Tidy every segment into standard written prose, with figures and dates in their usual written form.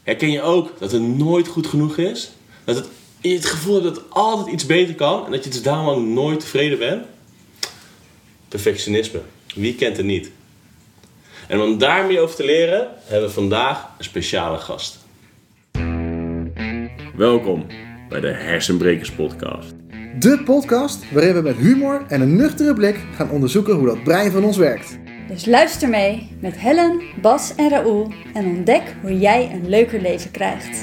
Herken je ook dat het nooit goed genoeg is? Dat je het gevoel hebt dat het altijd iets beter kan en dat je dus daarom nooit tevreden bent? Perfectionisme. Wie kent het niet? En om daar meer over te leren, hebben we vandaag een speciale gast. Welkom bij de Hersenbrekers podcast. De podcast waarin we met humor en een nuchtere blik gaan onderzoeken hoe dat brein van ons werkt. Dus luister mee met Helen, Bas en Raoul en ontdek hoe jij een leuker leven krijgt.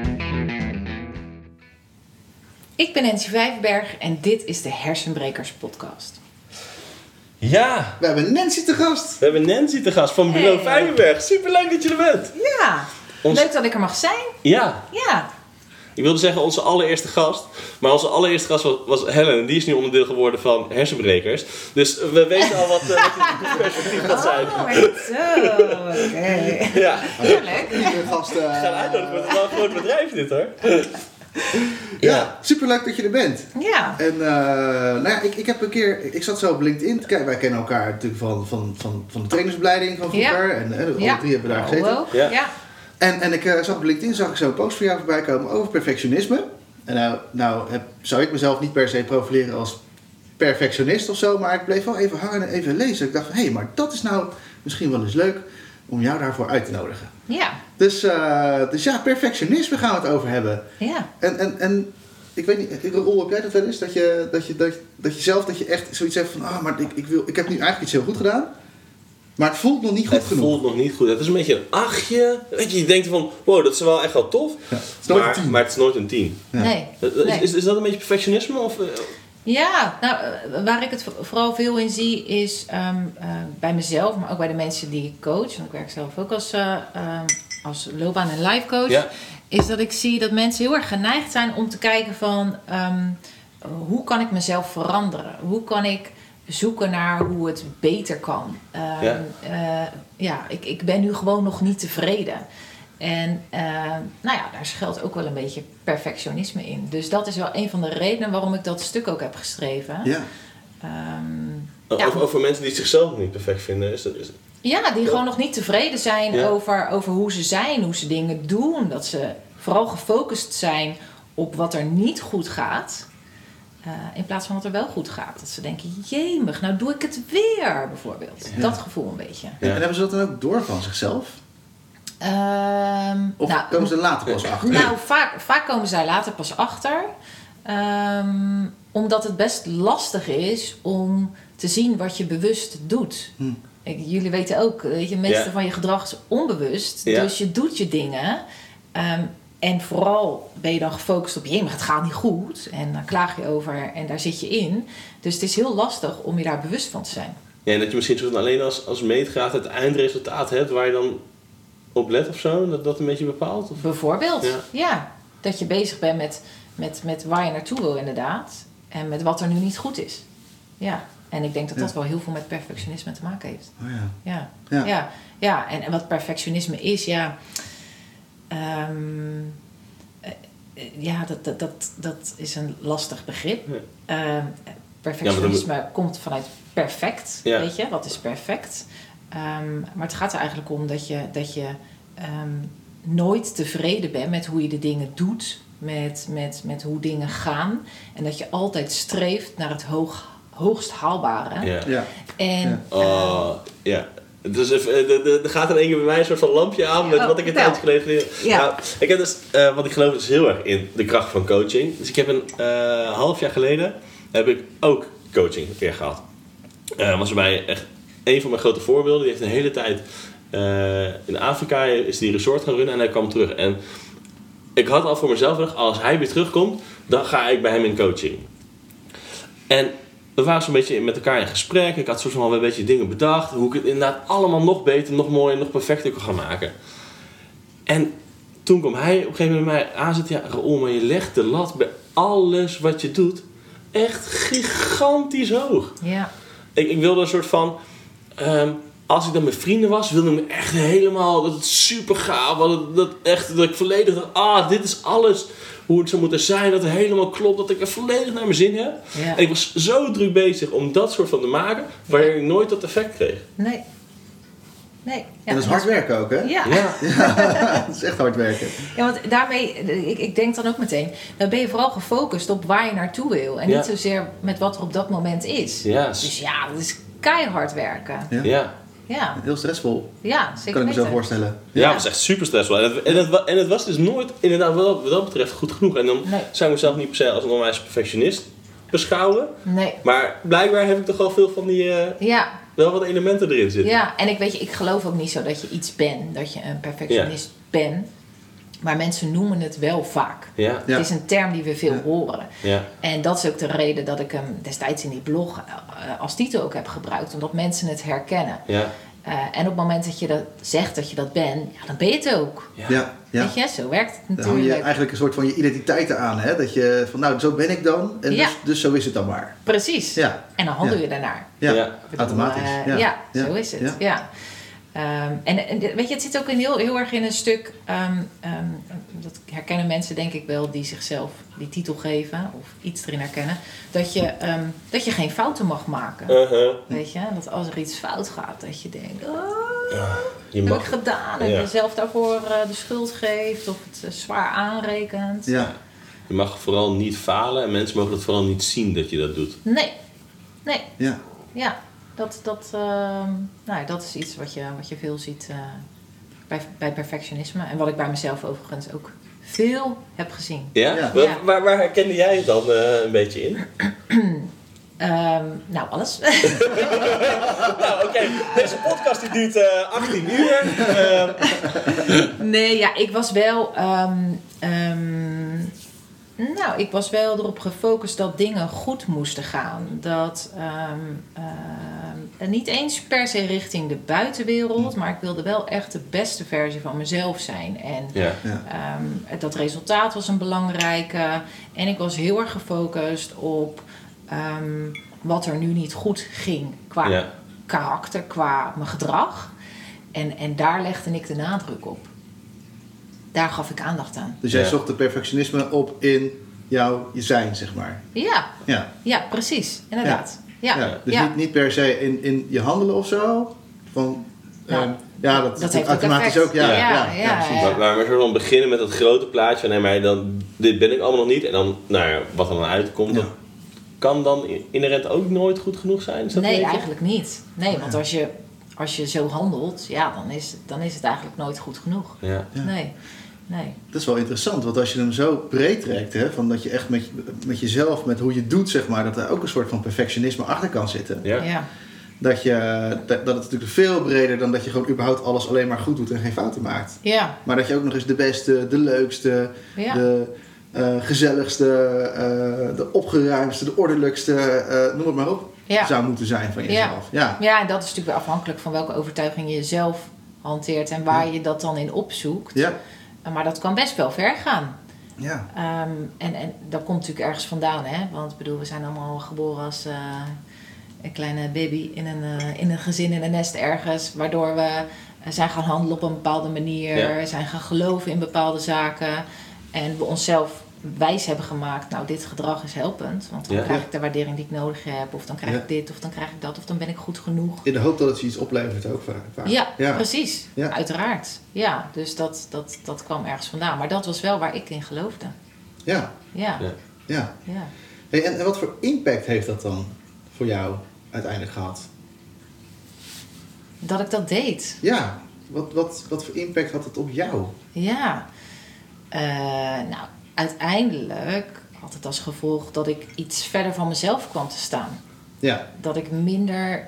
Ik ben Nancy Vijverberg en dit is de Hersenbrekers podcast. Ja, We hebben Nancy te gast. we hebben Nancy te gast van Bureau Hey. Vijverberg. Superleuk dat je er bent. Ja, leuk dat ik er mag zijn. Ja, Ja, ik wilde zeggen onze allereerste gast. Maar onze allereerste gast was Helen. En die is nu onderdeel geworden van Hersenbrekers. Dus we weten al wat je perspectief gaat zijn. oh, maar zo, oké. Ja, Heerlijk. De gast, gaan uitnodigen. Het is wel een groot bedrijf dit hoor. ja, superleuk dat je er bent. Ja, En ik heb een keer, ik zat zo op LinkedIn. Kijk, wij kennen elkaar natuurlijk van de trainersopleiding van vroeger. Ja. En alle ja. drie hebben we daar gezeten. Hallo. Ja. Ja. En ik zag op LinkedIn zag ik zo'n post van jou voorbij komen over perfectionisme. En zou ik mezelf niet per se profileren als perfectionist of zo, maar ik bleef wel even hangen en even lezen. Ik dacht van, hé, maar dat is nou misschien wel eens leuk om jou daarvoor uit te nodigen. Ja, Dus ja, perfectionisme gaan we het over hebben. ja. En ik weet niet, Raoul, heb jij dat wel eens? Dat je echt zoiets hebt van, maar ik heb nu eigenlijk iets heel goed gedaan, maar het voelt nog niet goed Het genoeg. voelt nog niet goed. Het is een beetje een 8'je. Weet je denkt van, wow, dat is wel echt wel tof. Ja, het is nooit een 10. Maar het is nooit een 10. Ja. Nee. Is dat een beetje perfectionisme? Of, Ja, nou, waar ik het vooral veel in zie is bij mezelf, maar ook bij de mensen die ik coach. Want ik werk zelf ook als loopbaan- en life coach. Ja. Is dat ik zie dat mensen heel erg geneigd zijn om te kijken van hoe kan ik mezelf veranderen? Hoe kan ik zoeken naar hoe het beter kan? Ik ben nu gewoon nog niet tevreden. En daar schuilt ook wel een beetje perfectionisme in. Dus dat is wel een van de redenen waarom ik dat stuk ook heb geschreven. Ja. over mensen die zichzelf nog niet perfect vinden. Ja, die gewoon nog niet tevreden zijn Ja. over hoe ze zijn, hoe ze dingen doen. Dat ze vooral gefocust zijn op wat er niet goed gaat. In plaats van wat er wel goed gaat. Dat ze denken, jemig, nou doe ik het weer, bijvoorbeeld. Ja. Dat gevoel een beetje. En hebben ze dat dan ook door van zichzelf? Of Nou, komen ze er later pas achter? Nou, vaak komen zij later pas achter. Omdat het best lastig is om te zien wat je bewust doet. Jullie weten ook, het meeste van je gedrag is onbewust. Ja. Dus je doet je dingen. En vooral ben je dan gefocust op, maar het gaat niet goed. En dan klaag je over en daar zit je in. Dus het is heel lastig om je daar bewust van te zijn. Ja, en dat je misschien soort van alleen als meetgraad het eindresultaat hebt waar je dan op let of zo. Dat een beetje bepaalt? Of? Bijvoorbeeld, Ja. ja. Dat je bezig bent met waar je naartoe wil inderdaad. En met wat er nu niet goed is. Ja. En ik denk dat dat wel heel veel met perfectionisme te maken heeft. Oh ja. Ja. Ja. Ja. En wat perfectionisme is, dat is een lastig begrip. Perfectionisme komt vanuit perfect, weet je. Wat is perfect? Maar het gaat er eigenlijk om dat je nooit tevreden bent met hoe je de dingen doet. Met hoe dingen gaan. En dat je altijd streeft naar het hoogst haalbare. Ja. Ja. En, Ja. Dus er gaat in één keer bij mij een soort van lampje aan met wat ik een tijdje geleden geleerd heb. Ja. Nou, ik heb dus, want ik geloof dus heel erg in de kracht van coaching. Dus ik heb een half jaar geleden heb ik ook coaching weer gehad. Was er bij echt een van mijn grote voorbeelden. Die heeft een hele tijd in Afrika is die resort gaan runnen en hij kwam terug. En ik had al voor mezelf gedacht, als hij weer terugkomt, dan ga ik bij hem in coaching. En we waren zo'n beetje met elkaar in gesprek. Ik had soms wel een beetje dingen bedacht. Hoe ik het inderdaad allemaal nog beter, nog mooier, nog perfecter kon gaan maken. En toen kwam hij op een gegeven moment bij mij aanzetten. Ja, Raoul, maar je legt de lat bij alles wat je doet echt gigantisch hoog. Ja. Ik wilde een soort van... als ik dan met vrienden was, wilde ik me echt helemaal... Dat het super gaaf was. Dat ik volledig dacht... dit is alles hoe het zou moeten zijn. Dat het helemaal klopt. Dat ik er volledig naar mijn zin heb. Ja. En ik was zo druk bezig om dat soort van te maken... waar ik nooit dat effect kreeg. Nee. Nee. Ja, en dat is hard werken ook, hè? Ja. Dat is echt hard werken. Ja, want daarmee, ik denk dan ook meteen, dan ben je vooral gefocust op waar je naartoe wil. En niet zozeer met wat er op dat moment is. Yes. Dus ja, dat is keihard werken. Ja. Heel stressvol. Ja, zeker kan ik me zo weten. voorstellen. Ja, het was echt super stressvol. En het was dus nooit inderdaad wat dat betreft goed genoeg. En dan zou ik mezelf niet per se als een onwijs perfectionist beschouwen. Nee. Maar blijkbaar heb ik toch wel veel van die... wel wat elementen erin zitten. Ja, en ik geloof ook niet zo dat je iets bent, dat je een perfectionist bent. Maar mensen noemen het wel vaak. Ja. Het is een term die we veel horen. Ja. En dat is ook de reden dat ik hem destijds in die blog als titel ook heb gebruikt. Omdat mensen het herkennen. Ja. En op het moment dat je dat zegt dat je dat bent, dan ben je het ook. Ja. Weet je, zo werkt het Dan hang je natuurlijk. eigenlijk een soort van je identiteit aan, hè? Dat je van, nou, zo ben ik dan. En dus zo is het dan maar. Precies. Ja. En dan handel je daarnaar. Ja, automatisch. Zo is het. Ja. En weet je, het zit ook heel erg in een stuk, dat herkennen mensen denk ik wel die zichzelf die titel geven of iets erin herkennen, dat je geen fouten mag maken. Weet je, dat als er iets fout gaat, dat je denkt, heb ik gedaan. En jezelf daarvoor de schuld geeft of het zwaar aanrekent. Ja. Je mag vooral niet falen en mensen mogen het vooral niet zien dat je dat doet. Nee. Ja. Dat is iets wat je veel ziet bij perfectionisme. En wat ik bij mezelf overigens ook veel heb gezien. Ja? Ja. Waar herkende jij het dan een beetje in? Nou, alles. Nou, oké. Deze podcast die duurt 18 uur. Nee, ja, ik was wel... ik was wel erop gefocust dat dingen goed moesten gaan. Dat niet eens per se richting de buitenwereld, maar ik wilde wel echt de beste versie van mezelf zijn. En dat resultaat was een belangrijke. En ik was heel erg gefocust op wat er nu niet goed ging qua karakter, qua mijn gedrag. En daar legde ik de nadruk op. Daar gaf ik aandacht aan. Dus jij zocht de perfectionisme op in jouw zijn, zeg maar. Ja, precies. Inderdaad. Ja. Dus niet per se in je handelen of zo. Van, dat heeft automatisch ook. Precies. Maar we zullen beginnen met het grote plaatje. Nee, maar dit ben ik allemaal nog niet. En dan, wat er dan uitkomt, dat kan dan inherent ook nooit goed genoeg zijn? Is dat eigenlijk niet. Nee, want als je zo handelt, dan is het eigenlijk nooit goed genoeg. Ja. Nee. Dat is wel interessant, want als je hem zo breed trekt, hè, van dat je echt met jezelf, met hoe je doet, zeg maar, dat er ook een soort van perfectionisme achter kan zitten. Ja. Dat het natuurlijk veel breder dan dat je gewoon überhaupt alles alleen maar goed doet en geen fouten maakt. Ja. Maar dat je ook nog eens de beste, de leukste, de gezelligste, de opgeruimdste, de ordelijkste, noem het maar op, zou moeten zijn van jezelf. Ja, en dat is natuurlijk weer afhankelijk van welke overtuiging je zelf hanteert en waar je dat dan in opzoekt. Ja. Maar dat kan best wel ver gaan. Ja. En dat komt natuurlijk ergens vandaan, hè? Want we zijn allemaal geboren als een kleine baby in een gezin, in een nest ergens, waardoor we zijn gaan handelen op een bepaalde manier, zijn gaan geloven in bepaalde zaken en we onszelf wijs hebben gemaakt, nou, dit gedrag is helpend, want dan krijg ik de waardering die ik nodig heb, of dan krijg ik dit, of dan krijg ik dat, of dan ben ik goed genoeg. In de hoop dat het je iets oplevert ook vaak. Ja, precies. Ja. Uiteraard. Ja, dus dat kwam ergens vandaan. Maar dat was wel waar ik in geloofde. Ja. Hey, en wat voor impact heeft dat dan voor jou uiteindelijk gehad? Dat ik dat deed. Ja. Wat voor impact had het op jou? Ja. Uiteindelijk had het als gevolg dat ik iets verder van mezelf kwam te staan. Ja. Dat ik minder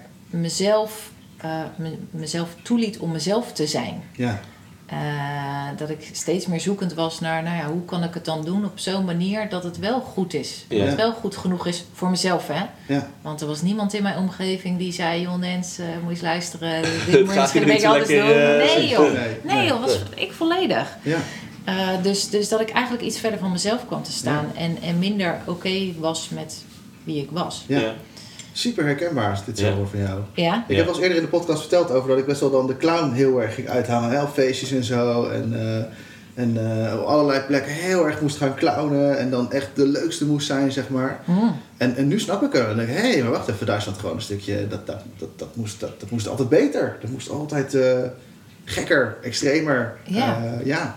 mezelf toeliet om mezelf te zijn. Ja. Dat ik steeds meer zoekend was naar, hoe kan ik het dan doen op zo'n manier dat het wel goed is. Dat het wel goed genoeg is voor mezelf, hè. Ja. Want er was niemand in mijn omgeving die zei, joh Nens, moet je eens luisteren. Dit moet je misschien een beetje anders doen. Nee joh, was ik volledig. Ja. Dus dat ik eigenlijk iets verder van mezelf kwam te staan. En minder oké was met wie ik was. Ja. Super herkenbaar als dit zo hoor van jou. Ja? Ik heb al eens eerder in de podcast verteld over dat ik best wel dan de clown heel erg ging uithangen. Hè, op feestjes en zo. En En op allerlei plekken heel erg moest gaan clownen. En dan echt de leukste moest zijn, zeg maar. En nu snap ik het. En dan denk ik, maar wacht even, daar zat gewoon een stukje... Dat moest altijd beter. Dat moest altijd gekker, extremer. Ja,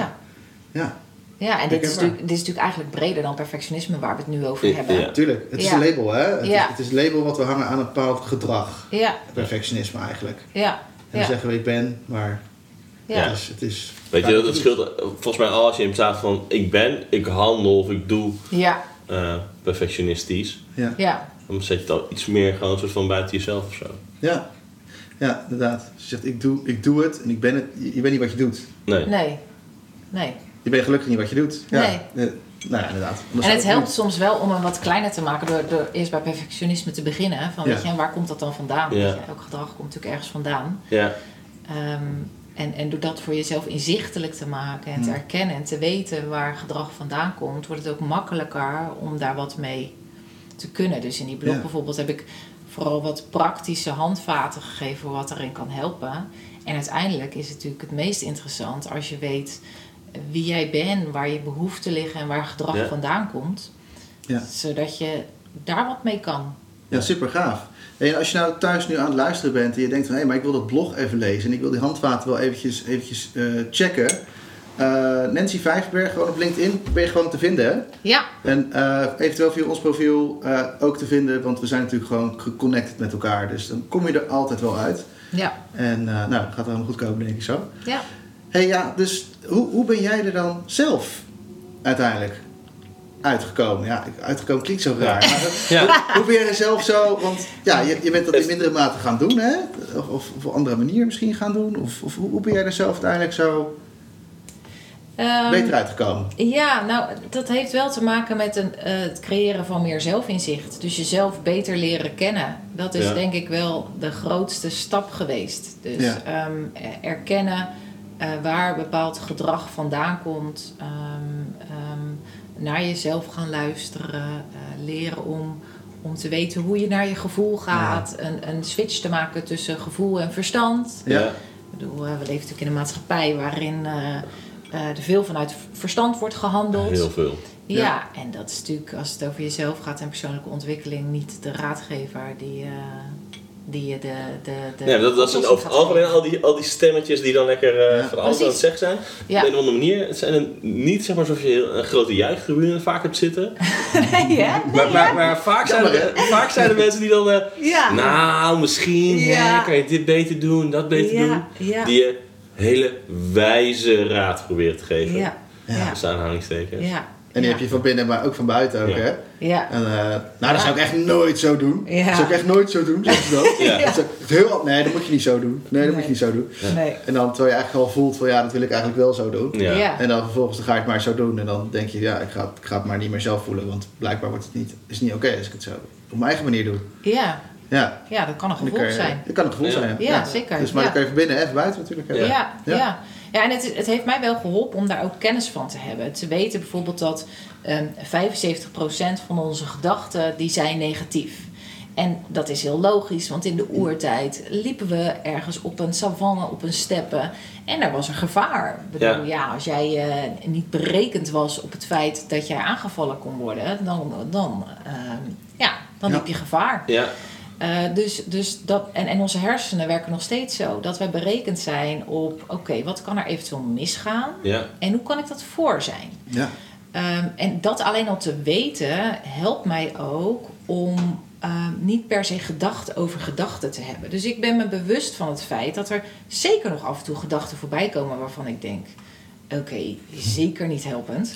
en dit is natuurlijk eigenlijk breder dan perfectionisme waar we het nu over hebben. Ja, tuurlijk. Het is een label, hè? Het is een label wat we hangen aan een bepaald gedrag. Ja. Perfectionisme eigenlijk. Ja. En dan zeggen we ik ben, maar het is... Weet je, dat scheelt volgens mij als je in staat van ik ben, ik handel of ik doe perfectionistisch. Ja. Dan zet je het al iets meer gewoon een soort van buiten jezelf of zo. Ja, inderdaad. Dus je zegt ik doe het en ik ben het. Je bent niet wat je doet. Nee. Je bent gelukkig niet wat je doet. Ja. Nee. Nou ja, inderdaad. En het helpt soms wel om hem wat kleiner te maken door eerst bij perfectionisme te beginnen. Van, weet je, waar komt dat dan vandaan? Weet je, elk gedrag komt natuurlijk ergens vandaan. Ja. En door dat voor jezelf inzichtelijk te maken en te erkennen en te weten waar gedrag vandaan komt, wordt het ook makkelijker om daar wat mee te kunnen. Dus in die blog bijvoorbeeld heb ik vooral wat praktische handvaten gegeven voor wat erin kan helpen. En uiteindelijk is het natuurlijk het meest interessant als je weet wie jij bent, waar je behoeften liggen en waar gedrag vandaan komt. Ja. Zodat je daar wat mee kan. Ja, super gaaf. En als je nou thuis nu aan het luisteren bent en je denkt van maar ik wil dat blog even lezen en ik wil die handvaten wel eventjes checken. Nancy Vijverberg, gewoon op LinkedIn, ben je gewoon te vinden, hè? Ja. En eventueel via ons profiel ook te vinden, want we zijn natuurlijk gewoon geconnected met elkaar. Dus dan kom je er altijd wel uit. Ja. En dat gaat allemaal goed komen, denk ik zo. Ja. Dus hoe ben jij er dan zelf uiteindelijk uitgekomen? Ja, uitgekomen klinkt zo raar. Maar hoe ben je er zelf zo? Want je bent dat in mindere mate gaan doen, hè? Of op een andere manier misschien gaan doen? Of hoe ben jij er zelf uiteindelijk zo beter uitgekomen? Ja, nou, dat heeft wel te maken met het creëren van meer zelfinzicht. Dus jezelf beter leren kennen. Dat is denk ik wel de grootste stap geweest. Dus erkennen waar bepaald gedrag vandaan komt. Naar jezelf gaan luisteren. Leren om te weten hoe je naar je gevoel gaat. Een switch te maken tussen gevoel en verstand. Ja. Ik bedoel, we leven natuurlijk in een maatschappij waarin er veel vanuit verstand wordt gehandeld. Heel veel. Ja, en dat is natuurlijk, als het over jezelf gaat en persoonlijke ontwikkeling, niet de raadgever die je dat zijn over het algemeen al die stemmetjes die dan lekker van alles aan het zeggen zijn. Op een of andere manier. Het zijn er niet zeg maar alsof je een grote juichtribune vaak hebt zitten. Maar vaak zijn er mensen die dan nou misschien kan je dit beter doen, dat beter doen. Ja. Die je hele wijze raad proberen te geven. Ja. Dus aanhalingstekens. Ja. En die heb je van binnen, maar ook van buiten ook, hè? Ja. En, dat zou ik echt nooit zo doen. Ja. Dat zou ik echt nooit zo doen, zeg je dat? Ja. Nee, dat moet je niet zo doen. Nee, dat moet je niet zo doen. Ja. Nee. En dan, terwijl je eigenlijk al voelt van, dat wil ik eigenlijk wel zo doen. Ja. Ja. En dan vervolgens ga je het maar zo doen. En dan denk je, ik ga het maar niet meer zelf voelen. Want blijkbaar is niet oké als ik het zo op mijn eigen manier doe. Ja. Ja, dat kan een gevoel zijn. Dat kan een gevoel zijn, ja. Ja, zeker. Dus maar dan kan je van binnen en van buiten natuurlijk hebben. Ja, en het heeft mij wel geholpen om daar ook kennis van te hebben. Te weten bijvoorbeeld dat 75% van onze gedachten die zijn negatief. En dat is heel logisch, want in de oertijd liepen we ergens op een savanne, op een steppe. En daar was een gevaar. Ik bedoel, als jij niet berekend was op het feit dat jij aangevallen kon worden, dan liep je gevaar. Ja. Dus dat, en onze hersenen werken nog steeds zo. Dat wij berekend zijn op, wat kan er eventueel misgaan? Ja. En hoe kan ik dat voor zijn? Ja. En dat alleen al te weten, helpt mij ook om niet per se gedachten over gedachten te hebben. Dus ik ben me bewust van het feit dat er zeker nog af en toe gedachten voorbij komen waarvan ik denk, zeker niet helpend.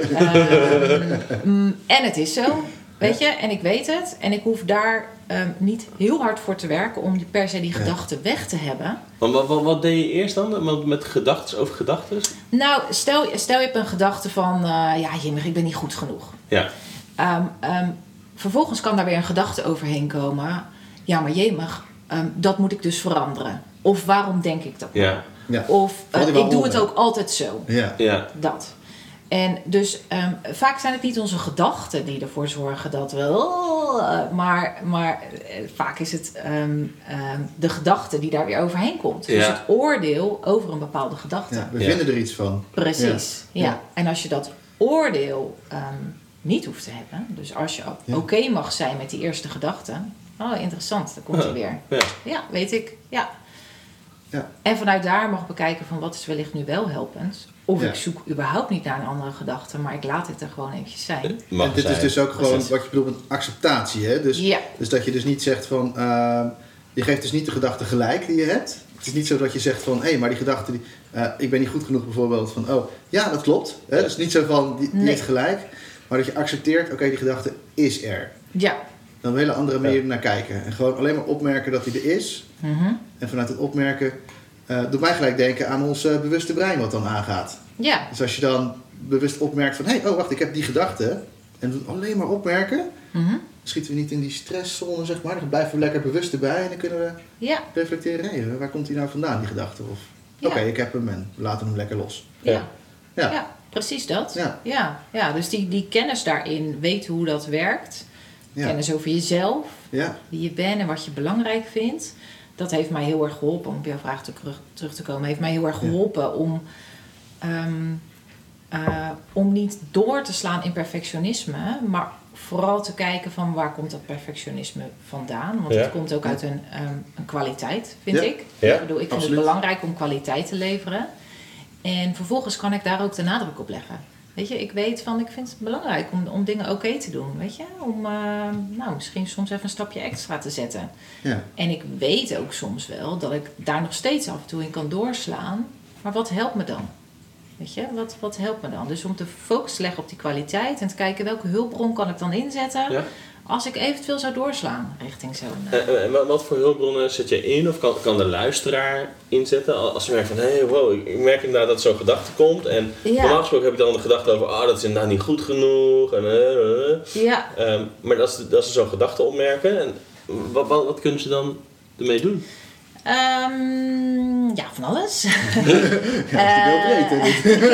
En het is zo. Weet je, en ik weet het. En ik hoef daar niet heel hard voor te werken om per se die gedachten weg te hebben. Wat deed je eerst dan? Met gedachten over gedachten? Nou, stel je hebt een gedachte van, Jimmer, ik ben niet goed genoeg. Ja. Vervolgens kan daar weer een gedachte overheen komen. Ja, maar Jimmer, dat moet ik dus veranderen. Of waarom denk ik dat? Ja. Ja. Of ik doe het ook altijd zo. Ja. Ja. Dat. En dus vaak zijn het niet onze gedachten die ervoor zorgen dat we... maar vaak is het de gedachte die daar weer overheen komt. Dus het oordeel over een bepaalde gedachte. Ja, we vinden er iets van. Precies, ja. En als je dat oordeel niet hoeft te hebben... dus als je oké mag zijn met die eerste gedachte... Oh, interessant, daar komt hij weer. Ja, weet ik, ja. En vanuit daar mag ik bekijken van wat is wellicht nu wel helpend... Of ik zoek überhaupt niet naar een andere gedachte, maar ik laat het er gewoon eventjes zijn. En dit is dus ook gewoon wat je bedoelt met acceptatie. Hè? Dus dat je dus niet zegt van... je geeft dus niet de gedachte gelijk die je hebt. Het is niet zo dat je zegt van... Hé, maar die gedachte... ik ben niet goed genoeg bijvoorbeeld van... Oh, ja, dat klopt. Hè? Dus niet zo van... Die heeft gelijk. Maar dat je accepteert... Oké, die gedachte is er. Ja. Dan op een hele andere manier naar kijken. En gewoon alleen maar opmerken dat hij er is. Mm-hmm. En vanuit het opmerken... doet mij gelijk denken aan ons bewuste brein wat dan aangaat. Ja. Dus als je dan bewust opmerkt van... oh wacht, ik heb die gedachte. En we alleen maar opmerken. Mm-hmm. Dan schieten we niet in die stresszone, zeg maar. Dan blijven we lekker bewust erbij. En dan kunnen we reflecteren. Hey, waar komt die nou vandaan, die gedachte? Of oké, ik heb hem en we laten hem lekker los. Ja, precies dat. Ja, dus die kennis daarin, weten hoe dat werkt. Kennis over jezelf. Wie je bent en wat je belangrijk vindt. Dat heeft mij heel erg geholpen, om op jouw vraag terug te komen, heeft mij heel erg geholpen om niet door te slaan in perfectionisme, maar vooral te kijken van waar komt dat perfectionisme vandaan. Want het komt ook uit een kwaliteit, vind ik. Ja, ik bedoel, ik vind het belangrijk om kwaliteit te leveren. En vervolgens kan ik daar ook de nadruk op leggen. Weet je, ik weet van, ik vind het belangrijk om dingen oké te doen, weet je. Om misschien soms even een stapje extra te zetten. Ja. En ik weet ook soms wel dat ik daar nog steeds af en toe in kan doorslaan. Maar wat helpt me dan? Weet je, wat helpt me dan? Dus om te focus te leggen op die kwaliteit en te kijken welke hulpbron kan ik dan inzetten... Ja. Als ik eventueel zou doorslaan richting zo'n... Wat voor hulpbronnen zet je in? Of kan de luisteraar inzetten? Als je merkt van, wow, ik merk inderdaad dat zo'n gedachte komt. En normaal gesproken heb ik dan de gedachte over, dat is inderdaad niet goed genoeg. Maar als ze zo'n gedachte opmerken, en wat kunnen ze dan ermee doen? Van alles. heel breed.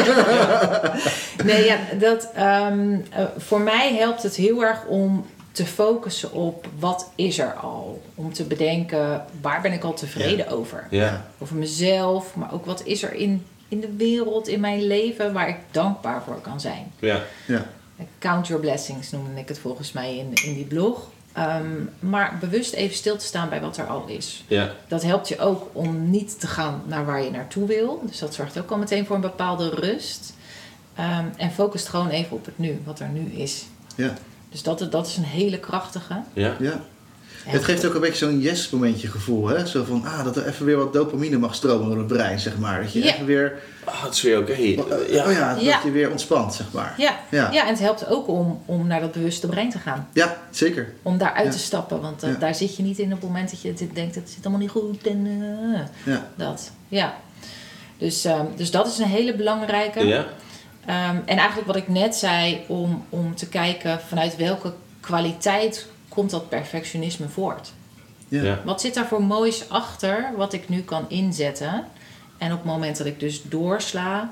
Voor mij helpt het heel erg om te focussen op wat is er al. Om te bedenken, waar ben ik al tevreden over? Ja. Over mezelf, maar ook wat is er in de wereld, in mijn leven, waar ik dankbaar voor kan zijn. Ja. Count your blessings noemde ik het volgens mij in die blog. Maar bewust even stil te staan bij wat er al is. Ja. Dat helpt je ook om niet te gaan naar waar je naartoe wil. Dus dat zorgt ook al meteen voor een bepaalde rust. En focust gewoon even op het nu, wat er nu is. Ja. Dus dat is een hele krachtige. Ja. Het geeft ook een beetje zo'n yes-momentje gevoel, hè? Zo van, dat er even weer wat dopamine mag stromen door het brein, zeg maar. Dat je even weer... het is weer oké. Dat je weer ontspant, zeg maar. Ja, en het helpt ook om naar dat bewuste brein te gaan. Ja, zeker. Om daaruit te stappen, want daar zit je niet in op het moment dat je denkt, het zit allemaal niet goed en dat. Ja. Dus dat is een hele belangrijke. Ja. En eigenlijk wat ik net zei, om te kijken vanuit welke kwaliteit komt dat perfectionisme voort. Ja. Wat zit daar voor moois achter wat ik nu kan inzetten? En op het moment dat ik dus doorsla,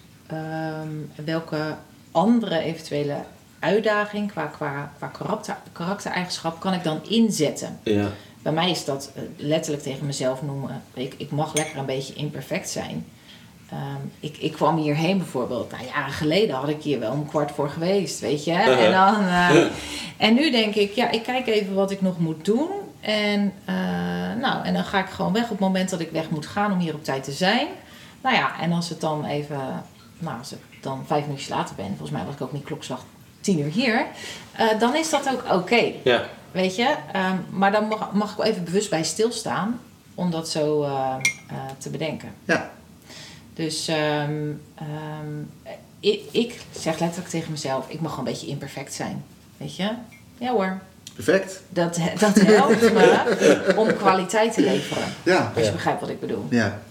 welke andere eventuele uitdaging qua karaktereigenschap kan ik dan inzetten? Ja. Bij mij is dat letterlijk tegen mezelf noemen, ik mag lekker een beetje imperfect zijn. Ik kwam hierheen bijvoorbeeld, jaren geleden had ik hier wel om 15:15 geweest, weet je. En nu denk ik, ik kijk even wat ik nog moet doen. En dan ga ik gewoon weg op het moment dat ik weg moet gaan om hier op tijd te zijn. En als het dan als ik dan 5 minuutjes later ben, volgens mij was ik ook niet klokslag 10:00 hier, dan is dat ook oké. Ja. Weet je, maar dan mag ik wel even bewust bij stilstaan om dat zo te bedenken. Ja. Dus ik zeg letterlijk tegen mezelf, ik mag gewoon een beetje imperfect zijn. Weet je? Ja hoor. Perfect. Dat helpt me om kwaliteit te leveren. Ja. Als je begrijpt wat ik bedoel. Ja.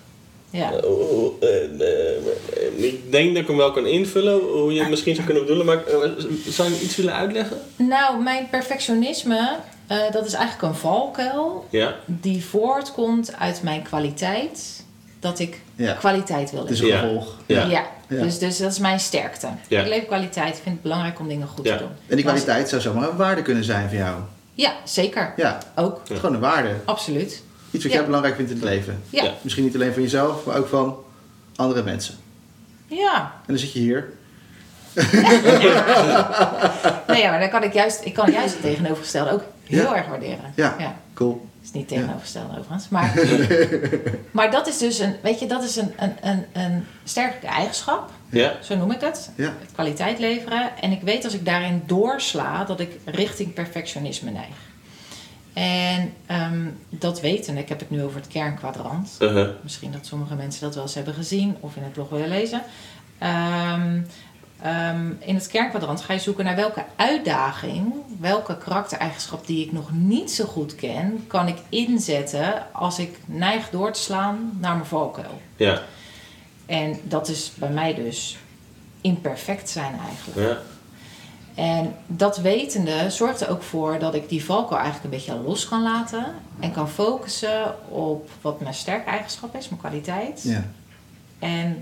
Ik denk dat ik hem wel kan invullen, hoe je het misschien zou kunnen bedoelen. Maar zou je iets willen uitleggen? Nou, mijn perfectionisme, dat is eigenlijk een valkuil. Ja. Die voortkomt uit mijn kwaliteit. Dat ik kwaliteit wil leveren. Het is een gevolg. Ja. Dus dat is mijn sterkte. Ja. Ik leefkwaliteit, ik vind het belangrijk om dingen goed te doen. En die kwaliteit zou zomaar een waarde kunnen zijn voor jou. Ja, zeker. Ja, Ook. het is gewoon een waarde. Absoluut. Iets wat jij belangrijk vindt in het leven. Ja. Ja. Misschien niet alleen van jezelf, maar ook van andere mensen. Ja. En dan zit je hier. Nee, ja, maar dan kan ik juist het tegenovergestelde ook heel erg waarderen. Ja, cool. Dat is niet tegenovergestelde overigens. Maar dat is dus een sterke eigenschap. Ja. Zo noem ik het. Ja. Kwaliteit leveren. En ik weet als ik daarin doorsla dat ik richting perfectionisme neig. En dat wetende, ik heb het nu over het kernkwadrant. Misschien dat sommige mensen dat wel eens hebben gezien of in het blog willen lezen. In het kernkwadrant ga je zoeken naar welke uitdaging, welke karaktereigenschap die ik nog niet zo goed ken, kan ik inzetten als ik neig door te slaan naar mijn valkuil. Ja. En dat is bij mij dus imperfect zijn eigenlijk. Ja. En dat wetende zorgt er ook voor dat ik die valkuil eigenlijk een beetje los kan laten en kan focussen op wat mijn sterke eigenschap is, mijn kwaliteit. Ja. En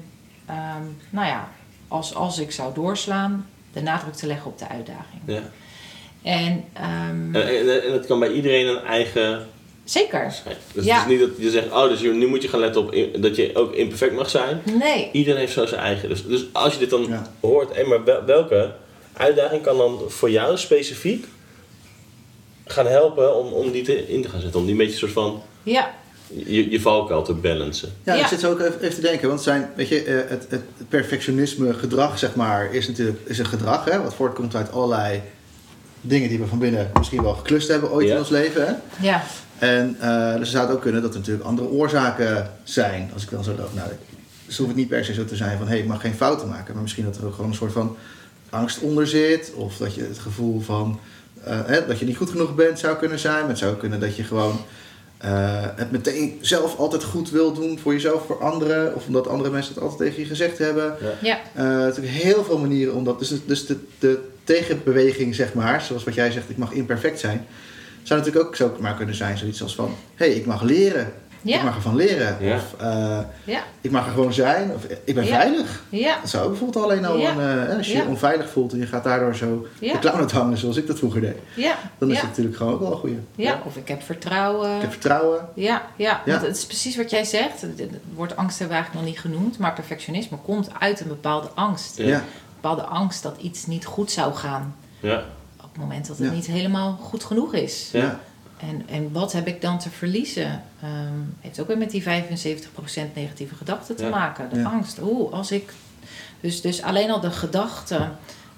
als ik zou doorslaan, de nadruk te leggen op de uitdaging. Ja. En het kan bij iedereen een eigen... zeker. Dus Ja. het is niet dat je zegt, dus nu moet je gaan letten op dat je ook imperfect mag zijn. Nee. Iedereen heeft zo zijn eigen. Dus als je dit dan hoort, maar welke uitdaging kan dan voor jou specifiek gaan helpen om die in te gaan zetten? Om die een beetje soort van je valkuil te balancen. Ja, ik zit zo ook even te denken. Want het perfectionisme gedrag, zeg maar, is natuurlijk een gedrag. Hè, wat voortkomt uit allerlei dingen die we van binnen misschien wel geklust hebben ooit in ons leven. Hè? Ja. En dus zou het ook kunnen dat er natuurlijk andere oorzaken zijn. Als ik dan zo dacht, dus hoeft het niet per se zo te zijn van, ik mag geen fouten maken. Maar misschien dat er ook gewoon een soort van angst onder zit. Of dat je het gevoel van dat je niet goed genoeg bent zou kunnen zijn. Maar het zou kunnen dat je gewoon het meteen zelf altijd goed wil doen voor jezelf, voor anderen. Of omdat andere mensen het altijd tegen je gezegd hebben. Ja. Natuurlijk heel veel manieren om dat. Dus de tegenbeweging, zeg maar, zoals wat jij zegt, ik mag imperfect zijn. Zou natuurlijk ook zo maar kunnen zijn, zoiets als van, ik mag leren. Ja. Ik mag ervan leren. Ja. Of ik mag er gewoon zijn. Of ik ben veilig. Ja. Dat zou ook bijvoorbeeld alleen al als je je onveilig voelt en je gaat daardoor zo de clown uit hangen zoals ik dat vroeger deed. Ja. Dan is het natuurlijk gewoon ook wel een goeie. Ja, of ik heb vertrouwen. Ik heb vertrouwen. Ja. Want het is precies wat jij zegt. Het woord angst hebben we eigenlijk nog niet genoemd. Maar perfectionisme komt uit een bepaalde angst. Ja. Ja. Een bepaalde angst dat iets niet goed zou gaan. Ja. Op het moment dat het niet helemaal goed genoeg is. Ja. En wat heb ik dan te verliezen? Heeft ook weer met die 75% negatieve gedachten te maken. De angst. Als ik... Dus alleen al de gedachte...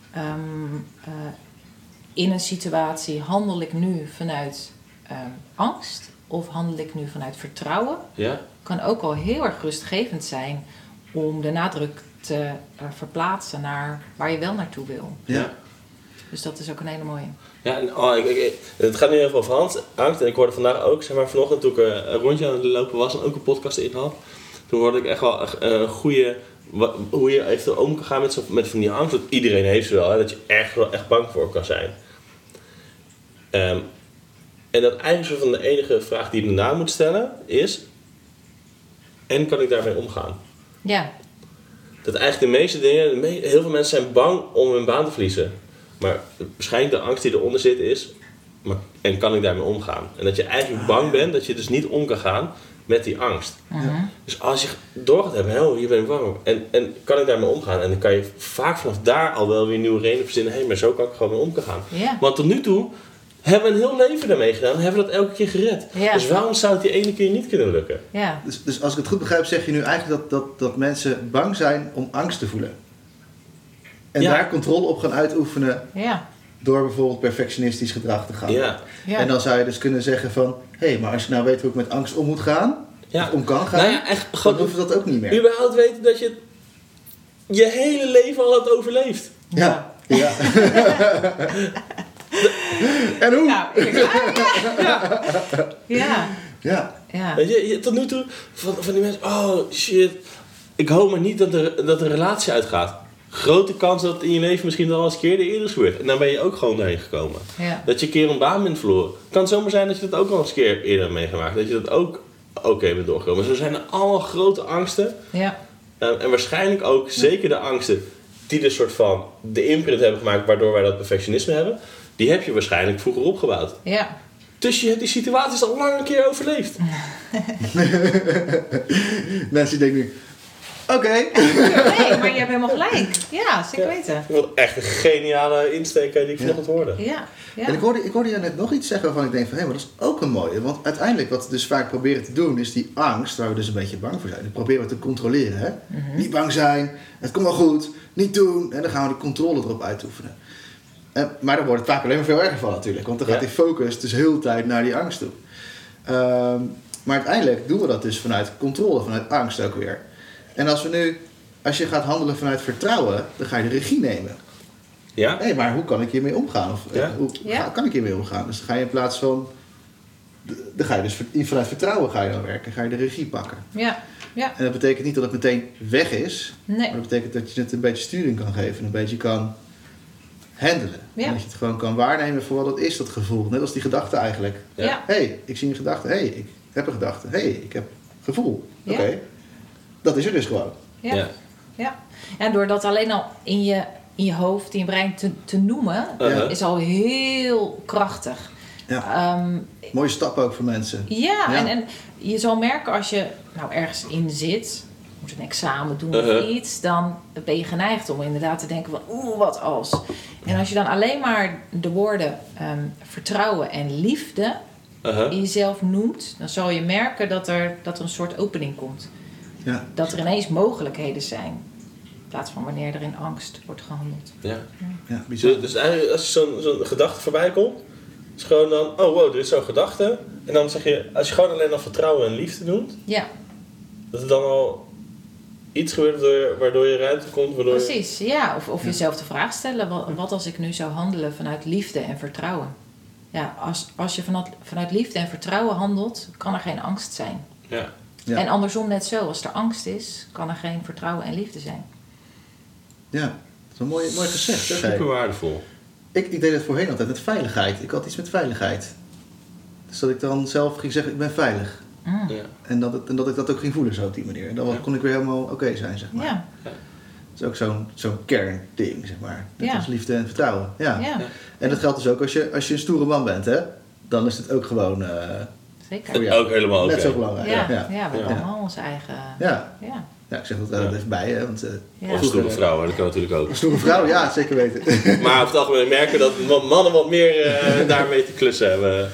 in een situatie, handel ik nu vanuit angst? Of handel ik nu vanuit vertrouwen? Ja. Kan ook al heel erg rustgevend zijn... om de nadruk te verplaatsen naar waar je wel naartoe wil. Ja. Dus dat is ook een hele mooie. Ja, en het gaat nu even over angst. En ik hoorde vandaag ook, vanochtend toen ik een rondje aan het lopen was en ook een podcast in had. Toen hoorde ik echt wel een goede, hoe je eventueel om kan gaan met van die angst. Want iedereen heeft ze wel, dat je echt bang voor kan zijn. En dat eigenlijk zo van de enige vraag die je daarna moet stellen is, en kan ik daarmee omgaan? Ja. Dat eigenlijk de meeste dingen, heel veel mensen zijn bang om hun baan te verliezen. Maar waarschijnlijk de angst die eronder zit is, en kan ik daarmee omgaan? En dat je eigenlijk bang bent dat je dus niet om kan gaan met die angst. Uh-huh. Dus als je door gaat hebben, hier ben ik bang. En kan ik daarmee omgaan? En dan kan je vaak vanaf daar al wel weer nieuwe redenen verzinnen. Maar zo kan ik gewoon mee om gaan. Ja. Want tot nu toe hebben we een heel leven daarmee gedaan. Hebben we dat elke keer gered. Ja. Dus waarom zou het die ene keer niet kunnen lukken? Ja. Dus als ik het goed begrijp, zeg je nu eigenlijk dat mensen bang zijn om angst te voelen. En daar controle op gaan uitoefenen door bijvoorbeeld perfectionistisch gedrag te gaan. Ja. Ja. En dan zou je dus kunnen zeggen van, maar als je nou weet hoe ik met angst om moet gaan, of om kan gaan, dan hoef je dat ook niet meer. Überhaupt weten dat je je hele leven al hebt overleefd. Ja. En hoe? Ja. Weet je, tot nu toe van die mensen, oh shit, ik hoop maar niet dat er een relatie uitgaat. Grote kans dat in je leven misschien al eens een keer eerder is gebeurd. En dan ben je ook gewoon daarheen gekomen. Ja. Dat je een keer een baan bent verloren. Het kan zomaar zijn dat je dat ook al eens een keer eerder hebt meegemaakt. Dat je dat ook oké bent doorgekomen. Zo zijn er allemaal grote angsten. Ja. En waarschijnlijk ook zeker de angsten die de soort van de imprint hebben gemaakt waardoor wij dat perfectionisme hebben, die heb je waarschijnlijk vroeger opgebouwd. Ja. Dus je hebt die situaties al lang een keer overleefd. Mensen denken nu, oké. Nee, maar je hebt helemaal gelijk. Ja, zeker weten. Wat echt een geniale insteek die ik vanochtend hoorde. Ja. En ik hoorde je net nog iets zeggen waarvan ik denk van, hé, maar dat is ook een mooie. Want uiteindelijk wat we dus vaak proberen te doen, is die angst, waar we dus een beetje bang voor zijn, die proberen we te controleren. Hè? Niet bang zijn, het komt wel goed, niet doen. En dan gaan we de controle erop uitoefenen. Maar dan wordt het vaak alleen maar veel erger van natuurlijk. Want dan gaat die focus dus heel de tijd naar die angst toe. Maar uiteindelijk doen we dat dus vanuit controle, vanuit angst ook weer. En als je gaat handelen vanuit vertrouwen, dan ga je de regie nemen. Ja? Hé, maar hoe kan ik hiermee omgaan? Of hoe kan ik hiermee omgaan? Dus dan ga je in plaats van... Dan ga je dus vanuit vertrouwen ga je dan werken. Ga je de regie pakken. Ja. En dat betekent niet dat het meteen weg is. Nee. Maar dat betekent dat je het een beetje sturing kan geven. Een beetje kan handelen. Ja. En dat je het gewoon kan waarnemen voor wat het is, dat gevoel. Net als die gedachte eigenlijk. Ja. Hé, ik zie een gedachte. Hé, ik heb een gedachte. Hé, ik heb gevoel. Ja. Oké. Dat is er dus gewoon. Ja. En door dat alleen al in je hoofd, in je brein te noemen, is al heel krachtig. Ja. Mooie stap ook voor mensen. Ja. En je zal merken als je nou ergens in zit, moet een examen doen of iets, dan ben je geneigd om inderdaad te denken van wat als. En als je dan alleen maar de woorden vertrouwen en liefde in jezelf noemt, dan zal je merken dat er een soort opening komt. Ja. Dat er ineens mogelijkheden zijn. In plaats van wanneer er in angst wordt gehandeld. Ja, bizar. Dus eigenlijk als je zo'n gedachte voorbij komt, is gewoon dan, oh wow, dit is zo'n gedachte. En dan zeg je, als je gewoon alleen al vertrouwen en liefde noemt, dat er dan al iets gebeurt waardoor je ruimte komt. Precies, ja. Of jezelf de vraag stellen, wat als ik nu zou handelen vanuit liefde en vertrouwen? Ja, als je vanuit liefde en vertrouwen handelt, kan er geen angst zijn. Ja. En andersom net zo, als er angst is, kan er geen vertrouwen en liefde zijn. Ja, dat is een mooi gezegd. Super waardevol. Ik deed het voorheen altijd met veiligheid. Ik had iets met veiligheid. Dus dat ik dan zelf ging zeggen, ik ben veilig. Ja. En dat ik dat ook ging voelen zo op die manier. En dan kon ik weer helemaal oké zijn, zeg maar. Ja. Dat is ook zo'n kernding, zeg maar. Net als liefde en vertrouwen. Ja. En dat geldt dus ook als je een stoere man bent, hè. Dan is het ook gewoon Zeker. voor jou Ook helemaal net oké. zo belangrijk. Ja, we hebben allemaal onze eigen... Ja, ik zeg dat even bij, hè. Want, Of stoere vrouwen, dat kan natuurlijk ook. Een stoere vrouw, ja, zeker weten. Maar over het algemeen merken dat mannen wat meer daarmee te klussen hebben.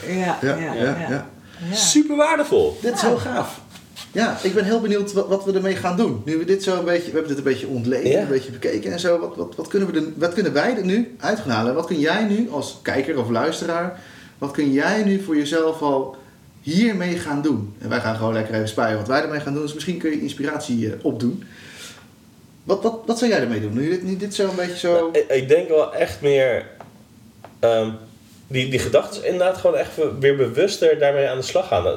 Ja. Super waardevol. Dit is heel gaaf. Ja, ik ben heel benieuwd wat we ermee gaan doen. Nu we dit zo een beetje, we hebben dit een beetje ontleed, een beetje bekeken en zo. Wat kunnen wij er nu uit gaan halen? Wat kun jij nu als kijker of luisteraar, wat kun jij nu voor jezelf al hiermee gaan doen? En wij gaan gewoon lekker even spuien wat wij ermee gaan doen. Dus misschien kun je inspiratie opdoen. Wat zou jij ermee doen? Nu dit zo een beetje zo... Nou, ik denk wel echt meer... Die gedachten inderdaad gewoon echt weer bewuster daarmee aan de slag gaan.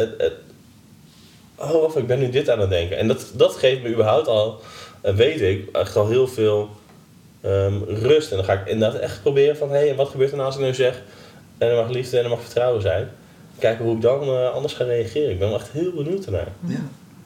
Wacht, ik ben nu dit aan het denken. En dat geeft me überhaupt al, weet ik, echt al heel veel rust. En dan ga ik inderdaad echt proberen van, en wat gebeurt er nou als ik nu zeg, en er mag liefde en er mag vertrouwen zijn. Kijken hoe ik dan anders ga reageren. Ik ben wel echt heel benieuwd ernaar. Ja.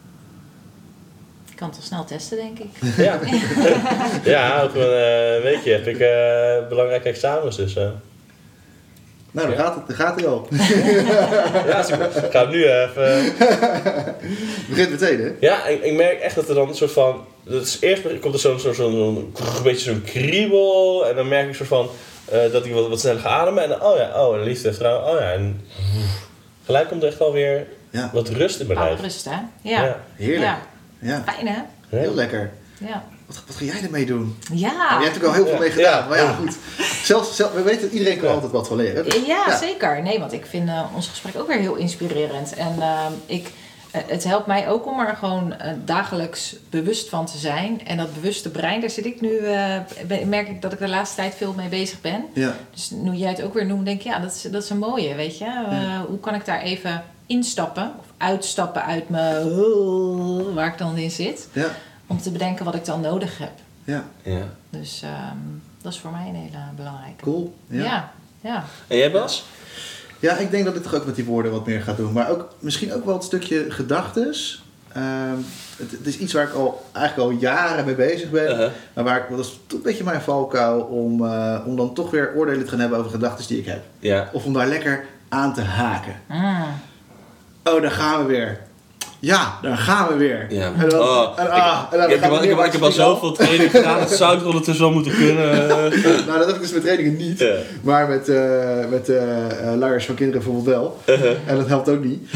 Ik kan het wel snel testen, denk ik. Ja, ja, over een weekje heb ik belangrijke examens, dus... Nou, dan gaat het al. Ja, super. Ik ga hem nu even... Begint meteen, hè? Ja, ik merk echt dat er dan een soort van... Eerst komt er zo'n beetje zo'n kriebel. En dan merk ik soort van dat ik wat sneller ga ademen. En dan, en liefde en vertrouwen. En gelijk komt er echt alweer wat rust in mijn lijf. Rust, hè? Ja. Heerlijk. Ja. Fijn, hè? Heel lekker. Ja. Wat ga jij ermee doen? Ja. Nou, jij hebt er al heel veel mee gedaan. Maar ja, goed. Zelfs, we weten dat iedereen kan altijd wat van leren. Dus, ja, zeker. Nee, want ik vind ons gesprek ook weer heel inspirerend. En het helpt mij ook om er gewoon dagelijks bewust van te zijn. En dat bewuste brein, daar zit ik nu... merk ik dat ik de laatste tijd veel mee bezig ben. Ja. Dus nu jij het ook weer noemt, denk ik... Ja, dat is een mooie, weet je. Hoe kan ik daar even instappen? Of uitstappen uit mijn... waar ik dan in zit. Ja. Om te bedenken wat ik dan nodig heb. Ja. Dus dat is voor mij een hele belangrijke. Cool. Ja. En jij, Bas? Ja, ik denk dat ik toch ook met die woorden wat meer ga doen. Maar ook misschien ook wel het stukje gedachtes. Het is iets waar ik eigenlijk al jaren mee bezig ben. Maar dat is toch een beetje mijn valkuil om dan toch weer oordelen te gaan hebben over gedachten die ik heb. Ja. Of om daar lekker aan te haken. Oh, daar gaan we weer. Ja, daar gaan we weer. Ja. Ik heb al zoveel training gedaan, dat zou ik ondertussen wel moeten kunnen. Nou, dat heb ik dus met trainingen niet. Ja. Maar met luiers van kinderen bijvoorbeeld wel. En dat helpt ook niet.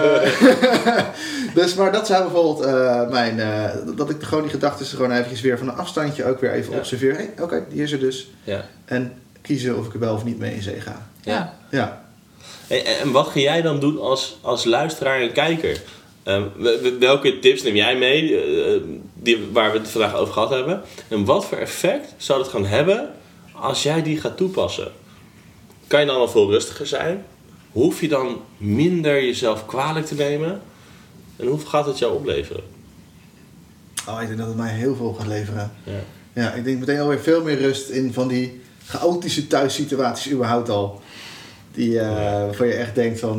Dus, maar dat zou bijvoorbeeld dat ik gewoon die gedachten gewoon eventjes weer van een afstandje ook weer even observeer. Hey, oké, die is er dus. Ja. En kiezen of ik er wel of niet mee in zee ga. Ja. En wat ga jij dan doen als luisteraar en kijker? Welke tips neem jij mee waar we het vandaag over gehad hebben? En wat voor effect zou dat gaan hebben als jij die gaat toepassen? Kan je dan al veel rustiger zijn? Hoef je dan minder jezelf kwalijk te nemen? En hoeveel gaat het jou opleveren? Ik denk dat het mij heel veel gaat leveren. Ja, ik denk meteen alweer veel meer rust in van die chaotische thuissituaties überhaupt al. Die waarvan je echt denkt van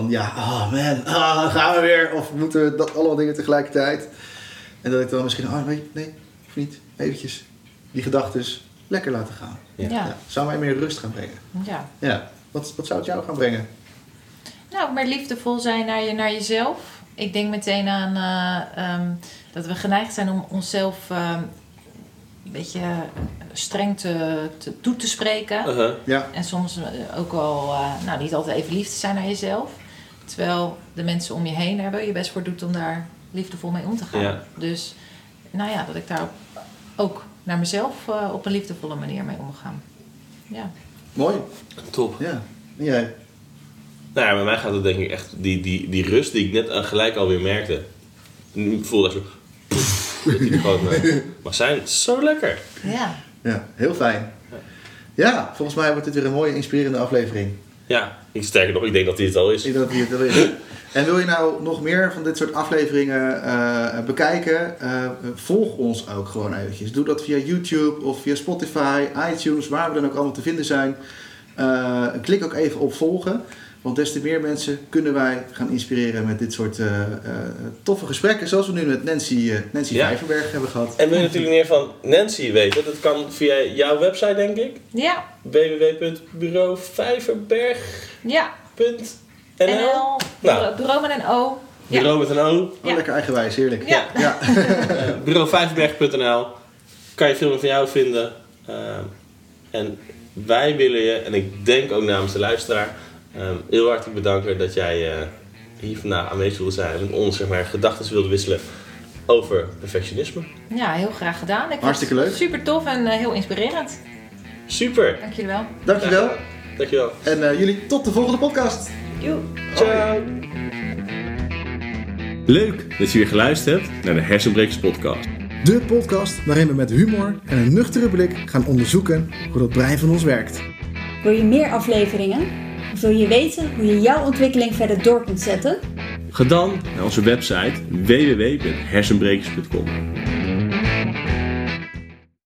gaan we weer? Of moeten we dat allemaal dingen tegelijkertijd? En dat ik dan misschien, nee, of niet. Eventjes die gedachtes lekker laten gaan. Ja. Zou mij meer rust gaan brengen. Ja. Wat zou het jou gaan brengen? Nou, meer liefdevol zijn naar jezelf. Ik denk meteen aan dat we geneigd zijn om onszelf een beetje streng toe te spreken. En soms ook wel niet altijd even lief te zijn naar jezelf. Terwijl de mensen om je heen daar wel je best voor doet om daar liefdevol mee om te gaan. Ja. Dus dat ik daar ook naar mezelf op een liefdevolle manier mee omgaan. Ja. Mooi. Top. Ja. En jij? Nou ja, bij mij gaat het denk ik echt die rust die ik net gelijk alweer merkte. Nu voelde ik zo... dat die gewoon mag zijn. Zo lekker. Ja, heel fijn. Ja, volgens mij wordt dit weer een mooie, inspirerende aflevering. Ja, sterker nog, ik denk dat dit het al is. Ik denk dat dit het al is. En wil je nou nog meer van dit soort afleveringen bekijken? Volg ons ook gewoon eventjes. Doe dat via YouTube of via Spotify, iTunes, waar we dan ook allemaal te vinden zijn. Klik ook even op volgen. Want des te meer mensen kunnen wij gaan inspireren met dit soort toffe gesprekken. Zoals we nu met Nancy Vijverberg hebben gehad. En wil je natuurlijk meer van Nancy weten? Dat kan via jouw website, denk ik. Ja. www.bureauvijverberg.nl Bureau met een O. Bureau met een O. Lekker eigenwijs, heerlijk. Ja. Bureauvijverberg.nl kan je veel meer van jou vinden. En wij willen je, en ik denk ook namens de luisteraar... heel hartelijk bedanken dat jij hier vandaag aanwezig wilde zijn en met ons gedachten wilde wisselen over perfectionisme. Ja, heel graag gedaan. Hartstikke leuk. Super tof en heel inspirerend. Super. Dank jullie wel. Dankjewel. Dankjewel. En jullie tot de volgende podcast. Joe. Ciao. Leuk dat je weer geluisterd hebt naar de Hersenbrekers podcast. De podcast waarin we met humor en een nuchtere blik gaan onderzoeken hoe dat brein van ons werkt. Wil je meer afleveringen? Of wil je weten hoe je jouw ontwikkeling verder door kunt zetten? Ga dan naar onze website www.hersenbrekers.com.